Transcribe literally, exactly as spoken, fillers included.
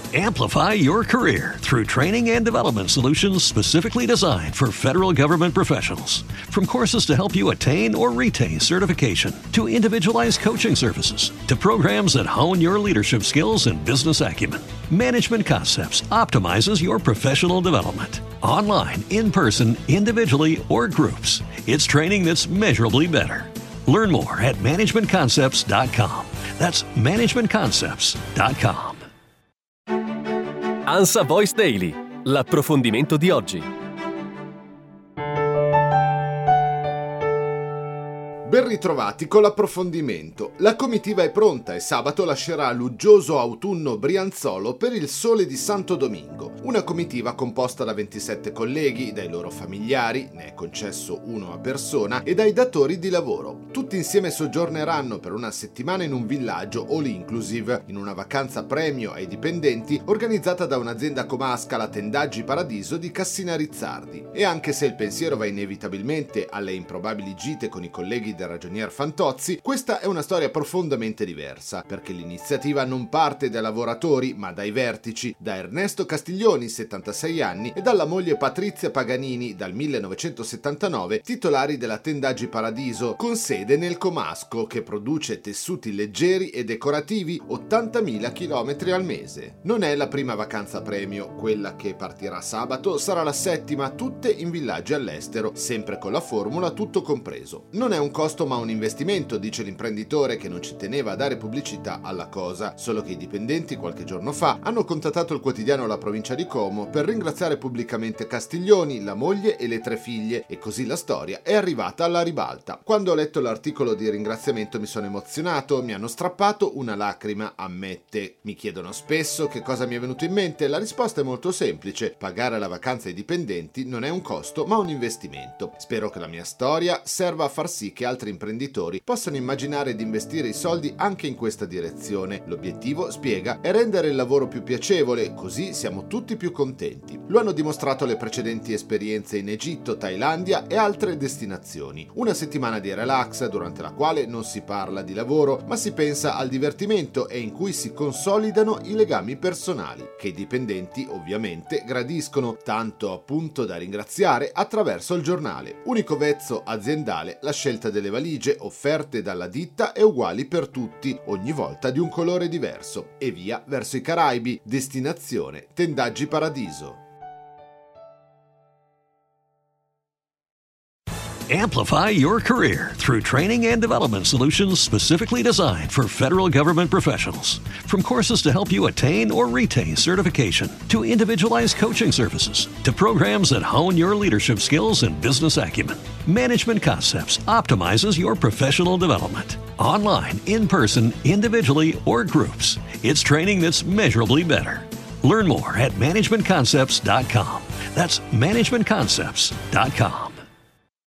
Amplify your career through training and development solutions specifically designed for federal government professionals. From courses to help you attain or retain certification, to individualized coaching services, to programs that hone your leadership skills and business acumen, Management Concepts optimizes your professional development. Online, in person, individually, or groups, it's training that's measurably better. Learn more at management concepts dot com. That's management concepts dot com. ANSA Voice Daily, l'approfondimento di oggi. Ben ritrovati con l'approfondimento. La comitiva è pronta e sabato lascerà l'uggioso autunno brianzolo per il Sole di Santo Domingo. Una comitiva composta da ventisette colleghi, dai loro familiari, ne è concesso uno a persona, e dai datori di lavoro. Tutti insieme soggiorneranno per una settimana in un villaggio all inclusive, in una vacanza premio ai dipendenti organizzata da un'azienda comasca, la Tendaggi Paradiso di Cassina Rizzardi. E anche se il pensiero va inevitabilmente alle improbabili gite con i colleghi del ragionier Fantozzi, questa è una storia profondamente diversa, perché l'iniziativa non parte dai lavoratori ma dai vertici, da Ernesto Castiglioni, settantasei anni, e dalla moglie Patrizia Paganini, dal millenovecentosettantanove, titolari della Tendaggi Paradiso, con sede nel comasco, che produce tessuti leggeri e decorativi ottantamila chilometri al mese. Non è la prima vacanza premio, quella che partirà sabato sarà la settima, tutte in villaggi all'estero, sempre con la formula tutto compreso. Non è un costo ma un investimento, dice l'imprenditore, che non ci teneva a dare pubblicità alla cosa, solo che i dipendenti qualche giorno fa hanno contattato il quotidiano La Provincia di Como per ringraziare pubblicamente Castiglioni, la moglie e le tre figlie, e così la storia è arrivata alla ribalta. Quando ho letto l'articolo di ringraziamento mi sono emozionato, mi hanno strappato una lacrima, ammette. Mi chiedono spesso che cosa mi è venuto in mente, la risposta è molto semplice: pagare la vacanza ai dipendenti non è un costo ma un investimento. Spero che la mia storia serva a far sì che altri imprenditori possano immaginare di investire i soldi anche in questa direzione. L'obiettivo, spiega, è rendere il lavoro più piacevole, così siamo tutti più contenti. Lo hanno dimostrato le precedenti esperienze in Egitto, Thailandia e altre destinazioni. Una settimana di relax durante la quale non si parla di lavoro ma si pensa al divertimento e in cui si consolidano i legami personali, che i dipendenti ovviamente gradiscono, tanto appunto da ringraziare attraverso il giornale. Unico vezzo aziendale, la scelta delle valigie offerte dalla ditta è uguali per tutti, ogni volta di un colore diverso, e via verso i Caraibi, destinazione Tendaggi Paradiso. Amplify your career through training and development solutions specifically designed for federal government professionals. From courses to help you attain or retain certification, to individualized coaching services, to programs that hone your leadership skills and business acumen, Management Concepts optimizes your professional development. Online, in person, individually, or groups, it's training that's measurably better. Learn more at management concepts dot com. That's management concepts dot com.